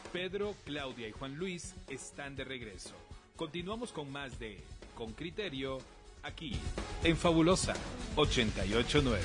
Pedro, Claudia y Juan Luis están de regreso. Continuamos con más de Con Criterio, aquí, en Fabulosa 889.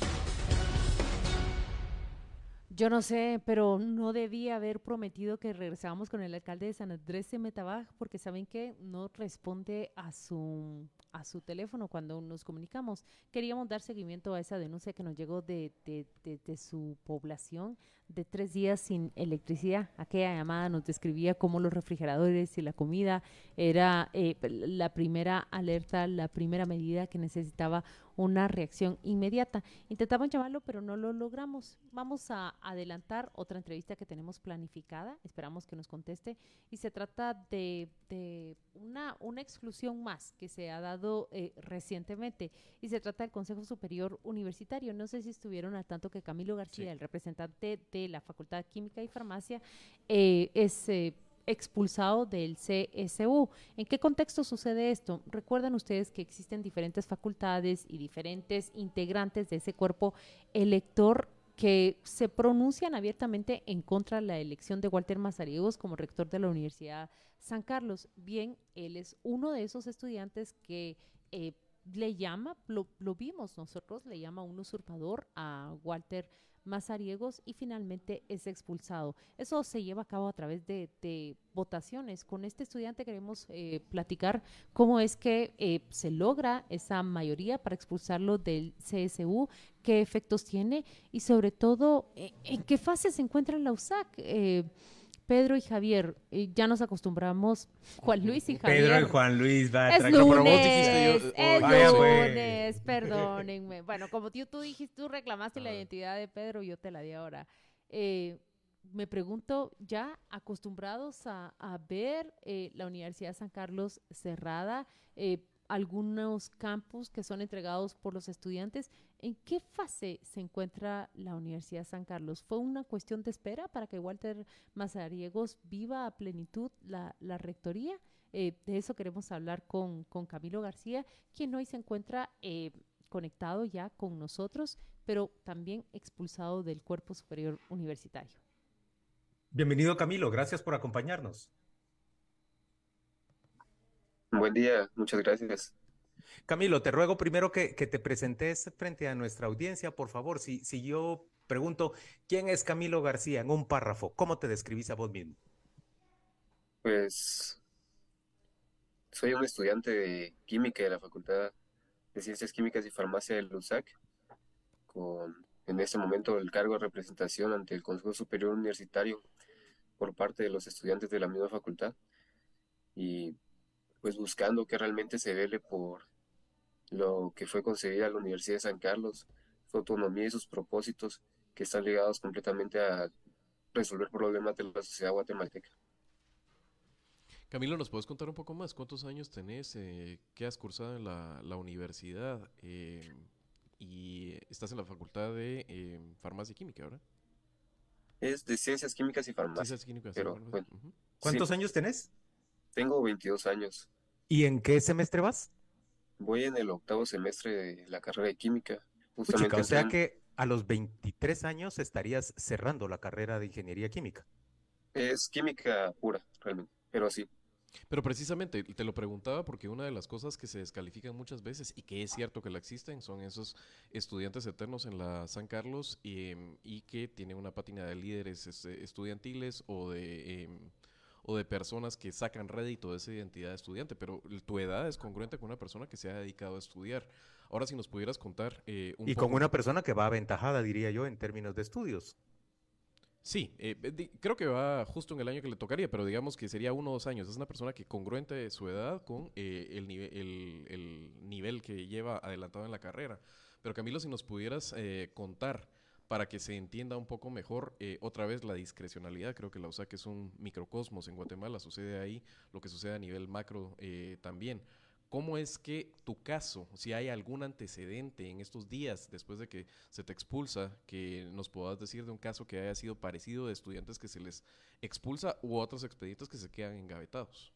Yo no sé, pero no debía haber prometido que regresábamos con el alcalde de San Andrés de Metabaj, porque saben que no responde a su teléfono cuando nos comunicamos. Queríamos dar seguimiento a esa denuncia que nos llegó de su población de 3 días sin electricidad. Aquella llamada nos describía cómo los refrigeradores y la comida era la primera alerta, la primera medida que necesitaba una reacción inmediata. Intentamos llamarlo, pero no lo logramos. Vamos a adelantar otra entrevista que tenemos planificada. Esperamos que nos conteste. Y se trata de una exclusión más que se ha dado recientemente. Y se trata del Consejo Superior Universitario. No sé si estuvieron al tanto que Camilo García, Sí. el representante de la Facultad de Química y Farmacia, es expulsado del CSU. ¿En qué contexto sucede esto? Recuerdan ustedes que existen diferentes facultades y diferentes integrantes de ese cuerpo elector que se pronuncian abiertamente en contra de la elección de Walter Mazariegos como rector de la Universidad San Carlos. Bien, él es uno de esos estudiantes que le llama, lo vimos nosotros, le llama un usurpador a Walter Mazariegos y finalmente es expulsado. Eso se lleva a cabo a través de votaciones. Con este estudiante queremos platicar cómo es que se logra esa mayoría para expulsarlo del CSU, qué efectos tiene y sobre todo en qué fase se encuentra la USAC. Pedro y Javier, ya nos acostumbramos, Juan Luis y Pedro y Javier. Juan Luis, va, Es tranquilo. Pero vos dijiste yo, lunes, es Vaya, lunes, pues. perdónenme. Bueno, como tú dijiste, tú reclamaste la Ajá. identidad de Pedro, yo te la di ahora. Me pregunto, ya acostumbrados a ver la Universidad de San Carlos cerrada, algunos campus que son entregados por los estudiantes, ¿en qué fase se encuentra la Universidad de San Carlos? ¿Fue una cuestión de espera para que Walter Mazariegos viva a plenitud la rectoría? De eso queremos hablar con Camilo García, quien hoy se encuentra conectado ya con nosotros, pero también expulsado del Cuerpo Superior Universitario. Bienvenido, Camilo, gracias por acompañarnos. Buen día, muchas gracias. Camilo, te ruego primero que te presentes frente a nuestra audiencia, por favor. Si yo pregunto, ¿quién es Camilo García en un párrafo? ¿Cómo te describís a vos mismo? Pues soy un estudiante de química de la Facultad de Ciencias Químicas y Farmacia del LUSAC, con en este momento el cargo de representación ante el Consejo Superior Universitario por parte de los estudiantes de la misma facultad y pues buscando que realmente se vele por lo que fue concedida la Universidad de San Carlos, su autonomía y sus propósitos que están ligados completamente a resolver problemas de la sociedad guatemalteca. Camilo, ¿nos puedes contar un poco más? ¿Cuántos años tenés? ¿Qué has cursado en la universidad? Y estás en la facultad de farmacia y química, ¿verdad? Es de Ciencias Químicas y Farmacia, Ciencias químicas y pero farmacia. bueno, Ujú. sí, ¿Cuántos años tenés? tengo 22 años. ¿Y en qué semestre vas? Voy en el octavo semestre de la carrera de química, Puchica, justamente o sea entrando. que a los 23 años estarías cerrando la carrera de ingeniería química. Es química pura, realmente, pero sí. Pero precisamente te lo preguntaba porque una de las cosas que se descalifican muchas veces y que es cierto que la existen son esos estudiantes eternos en la San Carlos y que tienen una pátina de líderes estudiantiles o de personas que sacan rédito de esa identidad de estudiante, pero tu edad es congruente con una persona que se ha dedicado a estudiar. Ahora, si nos pudieras contar un Y con poco. una persona que va aventajada, diría yo, en términos de estudios. Sí, creo que va justo en el año que le tocaría, pero digamos que sería 1 o 2 años. Es una persona que congruente de su edad con el nivel que lleva adelantado en la carrera. Pero Camilo, si nos pudieras contar para que se entienda un poco mejor, otra vez la discrecionalidad, creo que la USAC es un microcosmos en Guatemala, sucede ahí lo que sucede a nivel macro también. ¿Cómo es que tu caso, si hay algún antecedente en estos días después de que se te expulsa, que nos puedas decir de un caso que haya sido parecido de estudiantes que se les expulsa u otros expedientes que se quedan engavetados?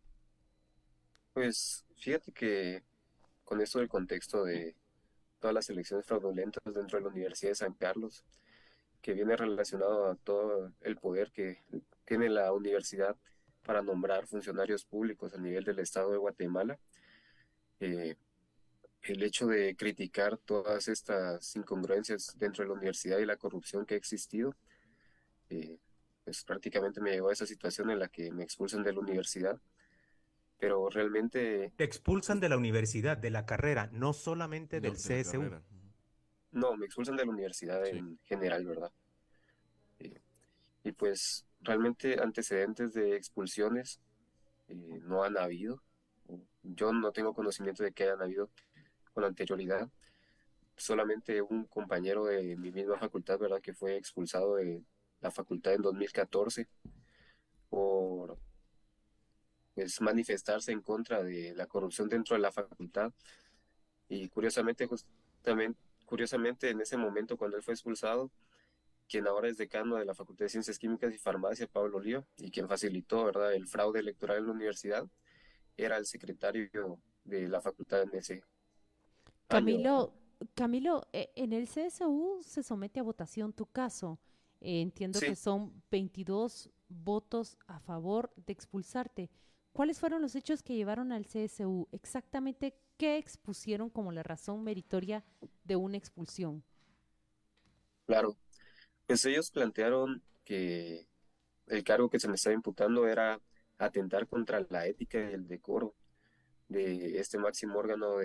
Pues fíjate que con esto del contexto de todas las elecciones fraudulentas dentro de la Universidad de San Carlos, que viene relacionado a todo el poder que tiene la universidad para nombrar funcionarios públicos a nivel del Estado de Guatemala. Eh, el hecho de criticar todas estas incongruencias dentro de la universidad y la corrupción que ha existido, eh, pues prácticamente me llevó a esa situación en la que me expulsan de la universidad, pero realmente, Te expulsan de la universidad, de la carrera, no solamente del De la CSU. carrera. Ujú. no, me expulsan de la universidad Sí. en general, ¿verdad? Eh, y pues realmente antecedentes de expulsiones no han habido. Yo no tengo conocimiento de que hayan habido con anterioridad. Solamente un compañero de mi misma facultad, ¿verdad? Que fue expulsado de la facultad en 2014 por pues manifestarse en contra de la corrupción dentro de la facultad. Y curiosamente en ese momento cuando él fue expulsado, quien ahora es decano de la Facultad de Ciencias Químicas y Farmacia, Pablo Lío, y quien facilitó, ¿verdad?, el fraude electoral en la universidad, era el secretario de la facultad en ese año, ¿verdad? Camilo, Camilo, en el CSU se somete a votación tu caso. Entiendo que Sí, son 22 votos a favor de expulsarte. ¿Cuáles fueron los hechos que llevaron al CSU? Exactamente, ¿qué expusieron como la razón meritoria de una expulsión? claro. Pues ellos plantearon que el cargo que se me estaba imputando era atentar contra la ética y el decoro de este máximo órgano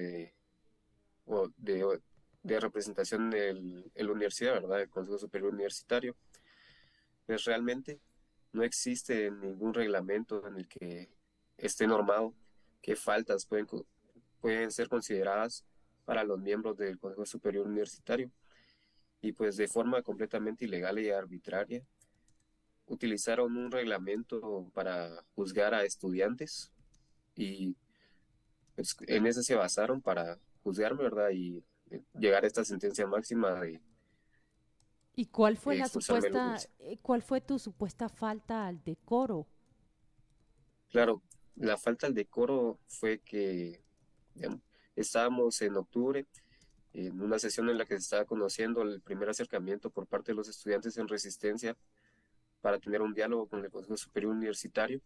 o de representación en la universidad, ¿verdad? El Consejo Superior Universitario. Pues realmente no existe ningún reglamento en el que esté normado qué faltas pueden ser consideradas para los miembros del Consejo Superior Universitario. Y pues de forma completamente ilegal y arbitraria utilizaron un reglamento para juzgar a estudiantes y pues, en ese se basaron para juzgarme, ¿verdad? Y llegar a esta sentencia máxima ¿Y cuál fue de la expulsarme de la supuesta, universidad. cuál fue tu supuesta falta al decoro? Claro, la falta al decoro fue que digamos, estábamos en octubre en una sesión en la que se estaba conociendo el primer acercamiento por parte de los estudiantes en resistencia para tener un diálogo con el Consejo Superior Universitario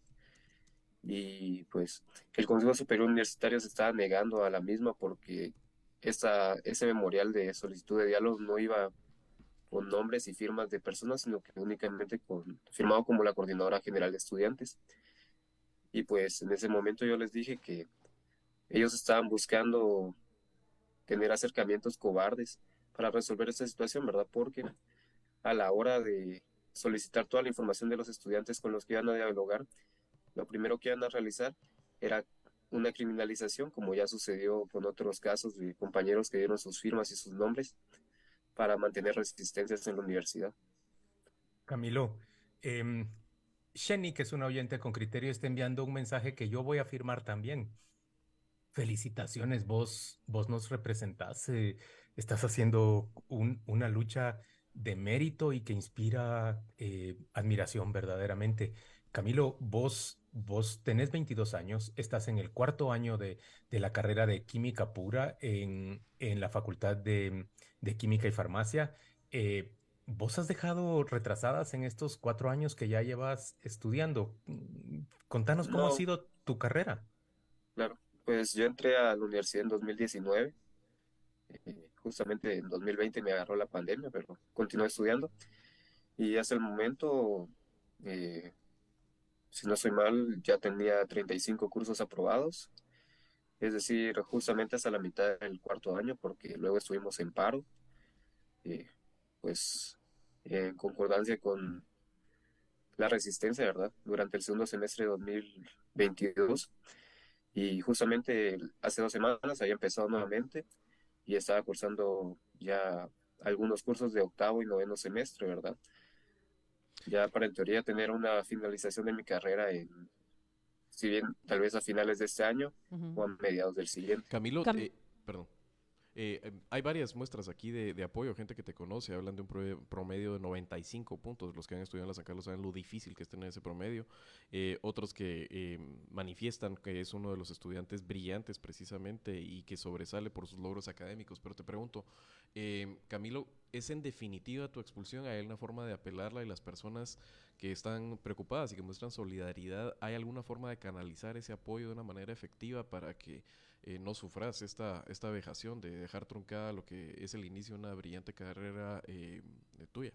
y pues el Consejo Superior Universitario se estaba negando a la misma porque ese memorial de solicitud de diálogo no iba con nombres y firmas de personas, sino que únicamente firmado como la Coordinadora General de Estudiantes. Y pues en ese momento yo les dije que ellos estaban buscando tener acercamientos cobardes para resolver esta situación, ¿verdad? Porque a la hora de solicitar toda la información de los estudiantes con los que iban a dialogar, lo primero que iban a realizar era una criminalización, como ya sucedió con otros casos de compañeros que dieron sus firmas y sus nombres para mantener resistencias en la universidad. Camilo, em, Sheni, que es una oyente con criterio, está enviando un mensaje que yo voy a firmar también. Felicitaciones, vos nos representás, estás haciendo una lucha de mérito y que inspira admiración verdaderamente. Camilo, vos tenés 22 años, estás en el cuarto año de la carrera de Química Pura en la Facultad de Química y Farmacia. ¿Vos has dejado retrasadas en estos 4 años que ya llevas estudiando? Contanos cómo ha No, sido tu carrera. claro, pues yo entré a la universidad en 2019, justamente en 2020 me agarró la pandemia, pero continué estudiando y hasta el momento, eh, si no soy mal, ya tenía 35 cursos aprobados, es decir, justamente hasta la mitad del cuarto año, porque luego estuvimos en paro, eh, pues en concordancia con la resistencia, ¿verdad? Durante el segundo semestre de 2022 y justamente hace 2 semanas había empezado nuevamente y estaba cursando ya algunos cursos de octavo y noveno semestre, ¿verdad? Ya para en teoría tener una finalización de mi carrera si bien tal vez a finales de este año Ujú. o a mediados del siguiente. Camilo, Cam- perdón. Hay varias muestras aquí de apoyo, gente que te conoce, hablan de un promedio de 95 puntos. Los que han estudiado en la San Carlos saben lo difícil que es tener ese promedio. Otros que manifiestan que es uno de los estudiantes brillantes precisamente y que sobresale por sus logros académicos. Pero te pregunto, Camilo, ¿Es en definitiva tu expulsión? ¿Hay alguna forma de apelarla y las personas que están preocupadas y que muestran solidaridad, hay alguna forma de canalizar ese apoyo de una manera efectiva para que no sufras esta vejación de dejar truncada lo que es el inicio de una brillante carrera tuya?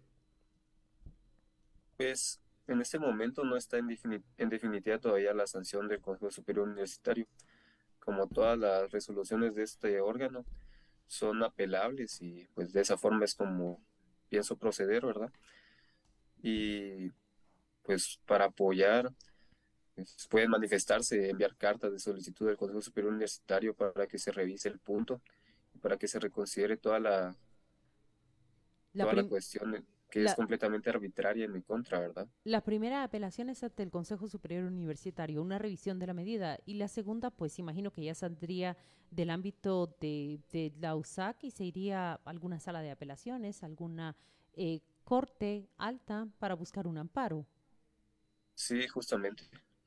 Pues en este momento no está en definitiva todavía la sanción del Consejo Superior Universitario. Como todas las resoluciones de este órgano son apelables y pues de esa forma es como pienso proceder, ¿verdad? Y pues para apoyar, pues, pueden manifestarse, enviar cartas de solicitud del Consejo Superior Universitario para que se revise el punto, para que se reconsidere La, toda la prim- cuestión que es la, completamente arbitraria en mi contra, ¿verdad? la primera apelación es ante el Consejo Superior Universitario, una revisión de la medida, y la segunda, pues imagino que ya saldría del ámbito de la USAC y se iría a alguna sala de apelaciones, alguna corte alta para buscar un amparo. Sí, justamente.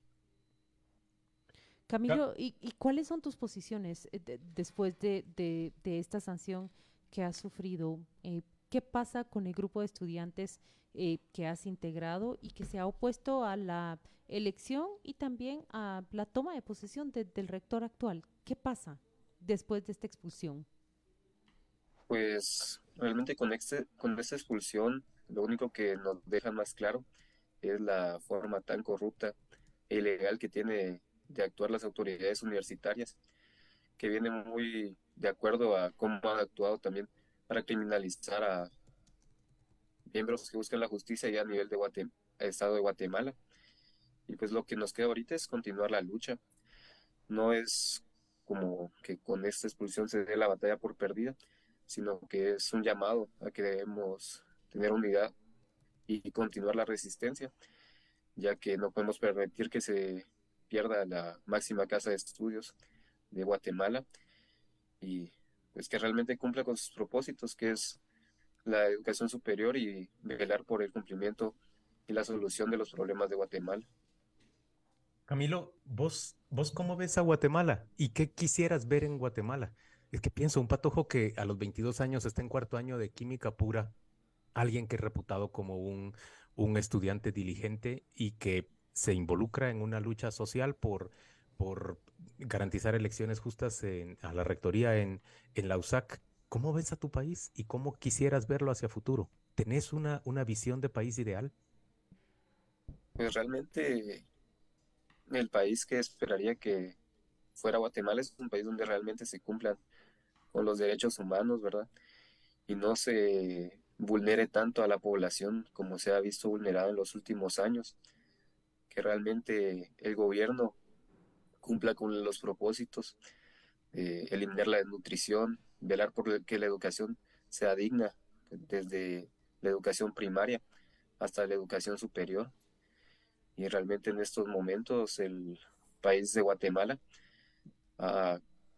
Ca- Camilo, ¿y cuáles son tus posiciones después de esta sanción que has sufrido? ¿Qué pasa con el grupo de estudiantes que has integrado y que se ha opuesto a la elección y también a la toma de posesión del rector actual? ¿Qué pasa después de esta expulsión? Pues realmente con esta expulsión, lo único que nos deja más claro es la forma tan corrupta e ilegal que tiene de actuar las autoridades universitarias, que viene muy de acuerdo a cómo han actuado también para criminalizar a miembros que buscan la justicia ya a nivel de Estado de Guatemala. Y pues lo que nos queda ahorita es continuar la lucha. No es como que con esta expulsión se dé la batalla por perdida, sino que es un llamado a que debemos tener unidad y continuar la resistencia, ya que no podemos permitir que se pierda la máxima casa de estudios de Guatemala y pues que realmente cumpla con sus propósitos, que es la educación superior y velar por el cumplimiento y la solución de los problemas de Guatemala. Camilo, ¿vos cómo ves a Guatemala? ¿Y qué quisieras ver en Guatemala? Es que pienso, un patojo que a los 22 años está en cuarto año de química pura, alguien que es reputado como un estudiante diligente y que se involucra en una lucha social por garantizar elecciones justas a la rectoría en la USAC. ¿Cómo ves a tu país y cómo quisieras verlo hacia futuro? ¿Tenés una visión de país ideal? Pues realmente el país que esperaría que fuera Guatemala es un país donde realmente se cumplan con los derechos humanos, ¿verdad? Y no se vulnere tanto a la población como se ha visto vulnerado en los últimos años, que realmente el gobierno cumpla con los propósitos de eliminar la desnutrición, velar por que la educación sea digna, desde la educación primaria hasta la educación superior. Y realmente en estos momentos el país de Guatemala ha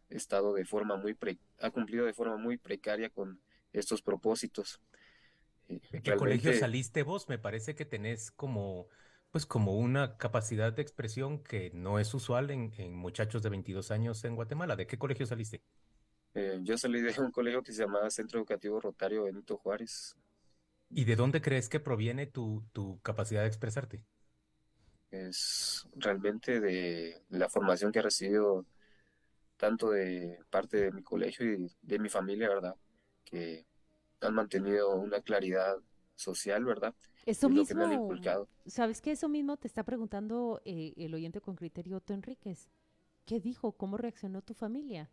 ha cumplido de forma muy precaria con estos propósitos. ¿De qué colegio Realmente, saliste vos? Me parece que tenés pues como una capacidad de expresión que no es usual en muchachos de 22 años en Guatemala. ¿De qué colegio saliste? yo salí de un colegio que se llamaba Centro Educativo Rotario Benito Juárez. ¿Y de dónde crees que proviene tu capacidad de expresarte? Es realmente de la formación que he recibido tanto de parte de mi colegio y de mi familia, ¿verdad? Que han mantenido una claridad social, ¿verdad? Eso Y es lo que me han mismo, inculcado. ¿sabes qué? Eso mismo te está preguntando el oyente con criterio Otto Enríquez. ¿Qué dijo? ¿Cómo reaccionó tu familia?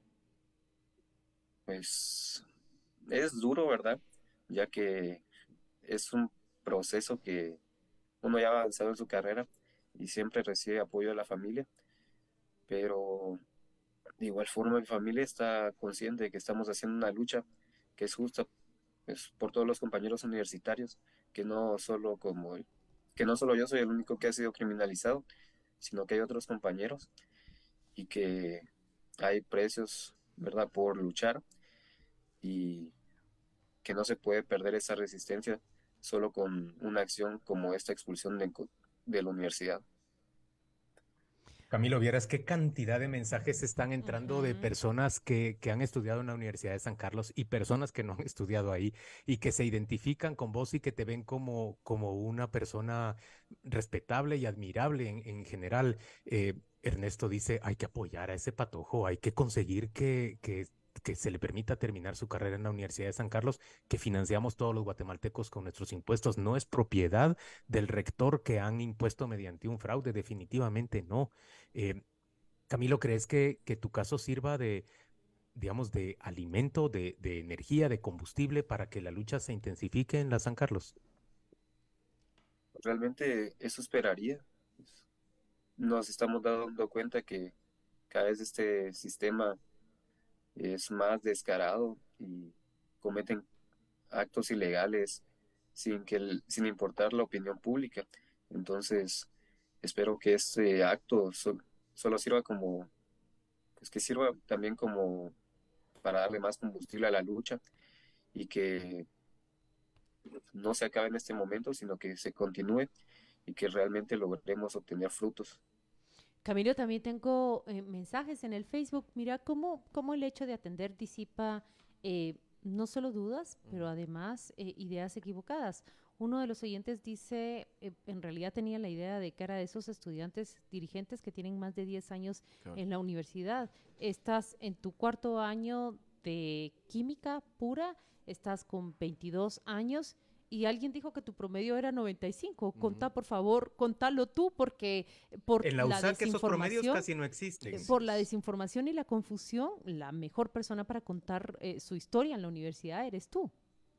Pues es duro, ¿verdad? Ya que es un proceso que uno ya ha avanzado en su carrera y siempre recibe apoyo de la familia, pero de igual forma mi familia está consciente de que estamos haciendo una lucha que es justa, pues, por todos los compañeros universitarios, que no solo que no solo yo soy el único que ha sido criminalizado, sino que hay otros compañeros y que hay precios, ¿verdad?, por luchar y que no se puede perder esa resistencia solo con una acción como esta expulsión de la universidad. Camilo, vieras qué cantidad de mensajes están entrando de Ujú. personas que han estudiado en la Universidad de San Carlos y personas que no han estudiado ahí y que se identifican con vos y que te ven como una persona respetable y admirable en general. Ernesto dice, hay que apoyar a ese patojo, hay que conseguir que se le permita terminar su carrera en la Universidad de San Carlos, que financiamos todos los guatemaltecos con nuestros impuestos. No es propiedad del rector que han impuesto mediante un fraude, definitivamente no. Eh, Camilo, ¿crees que tu caso sirva de, digamos, de alimento, de energía, de combustible para que la lucha se intensifique en la San Carlos? Realmente eso esperaría. Nos estamos dando cuenta que cada vez este sistema es más descarado y cometen actos ilegales sin importar la opinión pública. Entonces, espero que este acto solo sirva como, pues que sirva también como para darle más combustible a la lucha y que no se acabe en este momento, sino que se continúe y que realmente logremos obtener frutos. Camilo, también tengo mensajes en el Facebook. Mira cómo el hecho de atender disipa no solo dudas, pero además ideas equivocadas. Uno de los oyentes dice, en realidad tenía la idea de que era de esos estudiantes dirigentes que tienen más de 10 años Claro. en la universidad. Estás en tu cuarto año de química pura, estás con 22 años y alguien dijo que tu promedio era 95. Ujú. Contá, por favor, contalo tú, porque por En la la USAC esos promedios desinformación, casi no existen. Así por la es. desinformación y la confusión, la mejor persona para contar su historia en la universidad eres tú.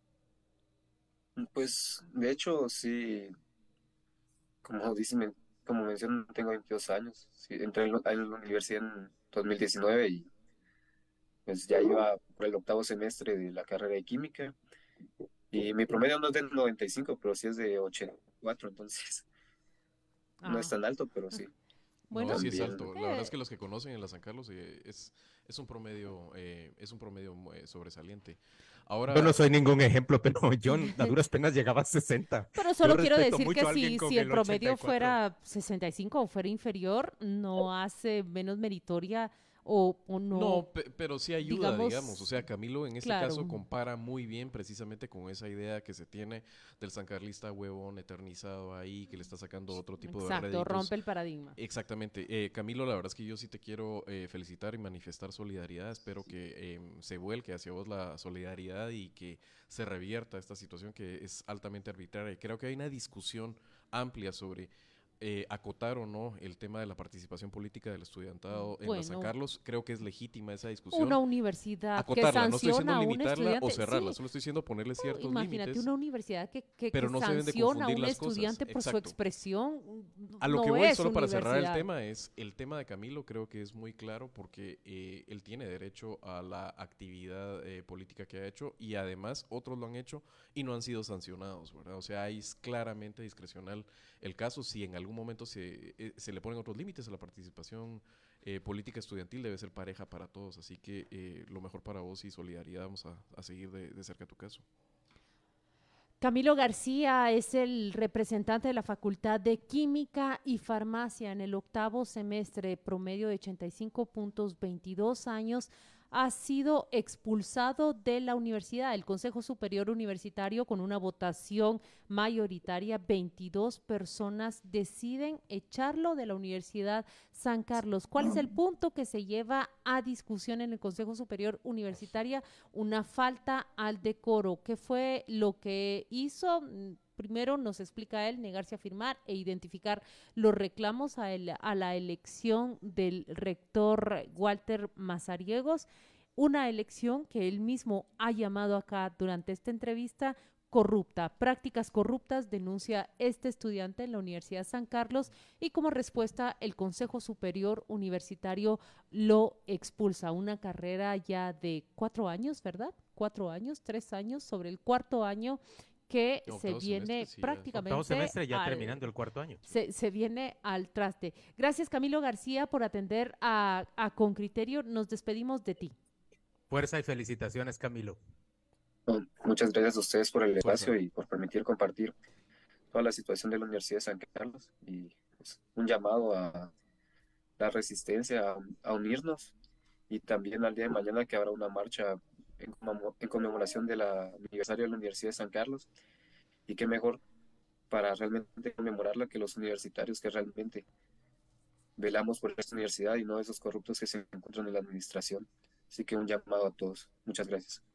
Pues, de hecho, sí, como dicen, como menciono, tengo 22 años. Sí, entré en la universidad en 2019 y pues ya iba por el octavo semestre de la carrera de química. Y mi promedio no es de 95, pero sí es de 84, entonces no es Ah, tan alto, pero sí. No, bueno, sí es También, alto. La verdad es eh, que los que conocen en la San Carlos es un promedio sobresaliente. Yo no Ahora, soy ningún ejemplo, pero yo a duras penas llegaba a 60. pero Yo solo quiero respeto decir que mucho a alguien si con el el promedio 84. fuera 65 o fuera inferior, no hace menos meritoria o no, no, pero sí ayuda, digamos. O digamos, sea, Camilo en este claro, caso compara muy bien precisamente con esa idea que se tiene del sancarlista huevón eternizado ahí, que le está sacando otro tipo de exacto, réditos. rompe el paradigma. Exactamente. Camilo, la verdad es que yo sí te quiero felicitar y manifestar solidaridad. Espero que se vuelque hacia vos la solidaridad y que se revierta esta situación que es altamente arbitraria. Creo que hay una discusión amplia sobre acotar o no el tema de la participación política del estudiantado en la San Bueno, Carlos. Creo que es legítima esa una discusión. universidad que Acotarla, no estoy diciendo sanciona a un limitarla o estudiante, cerrarla, sí, solo estoy diciendo ponerle ciertos imagínate límites, una universidad que pero no se deben de sanciona a confundir un las cosas. estudiante por su Exacto. expresión, A lo que no voy, es solo para cerrar el universidad. tema, es el tema de Camilo, creo que es muy claro porque él tiene derecho a la actividad política que ha hecho y además otros lo han hecho y no han sido sancionados, ¿verdad? O sea, es claramente discrecional el caso. Si en algún momento se le ponen otros límites a la participación política estudiantil, debe ser pareja para todos. Así que lo mejor para vos y solidaridad, vamos a seguir de cerca tu caso. Camilo García es el representante de la Facultad de Química y Farmacia en el octavo semestre, promedio de 85 puntos, 22 años. Ha sido expulsado de la universidad, el Consejo Superior Universitario, con una votación mayoritaria. 22 personas deciden echarlo de la Universidad San Carlos. ¿Cuál es el punto que se lleva a discusión en el Consejo Superior Universitario? Una falta al decoro. ¿Qué fue lo que hizo? Primero nos explica él negarse a firmar e identificar los reclamos a la elección del rector Walter Mazariegos, una elección que él mismo ha llamado acá durante esta entrevista corrupta, prácticas corruptas, denuncia este estudiante en la Universidad San Carlos y como respuesta el Consejo Superior Universitario lo expulsa. Una carrera ya de 4 años, ¿verdad? 4 años, 3 años, sobre el cuarto año que se Octavo semestre, viene sí, ya. Octavo prácticamente semestre ya terminando el cuarto año. se viene al traste. Gracias Camilo García por atender Con Criterio. Nos despedimos de ti. Fuerza y felicitaciones, Camilo. Bueno, muchas gracias a ustedes por el Fuerza. espacio y por permitir compartir toda la situación de la Universidad de San Carlos y pues, un llamado a la resistencia, a unirnos, y también al día de mañana que habrá una marcha en conmemoración del aniversario de la Universidad de San Carlos, y qué mejor para realmente conmemorarla que los universitarios que realmente velamos por esta universidad y no esos corruptos que se encuentran en la administración. Así que un llamado a todos. Muchas gracias.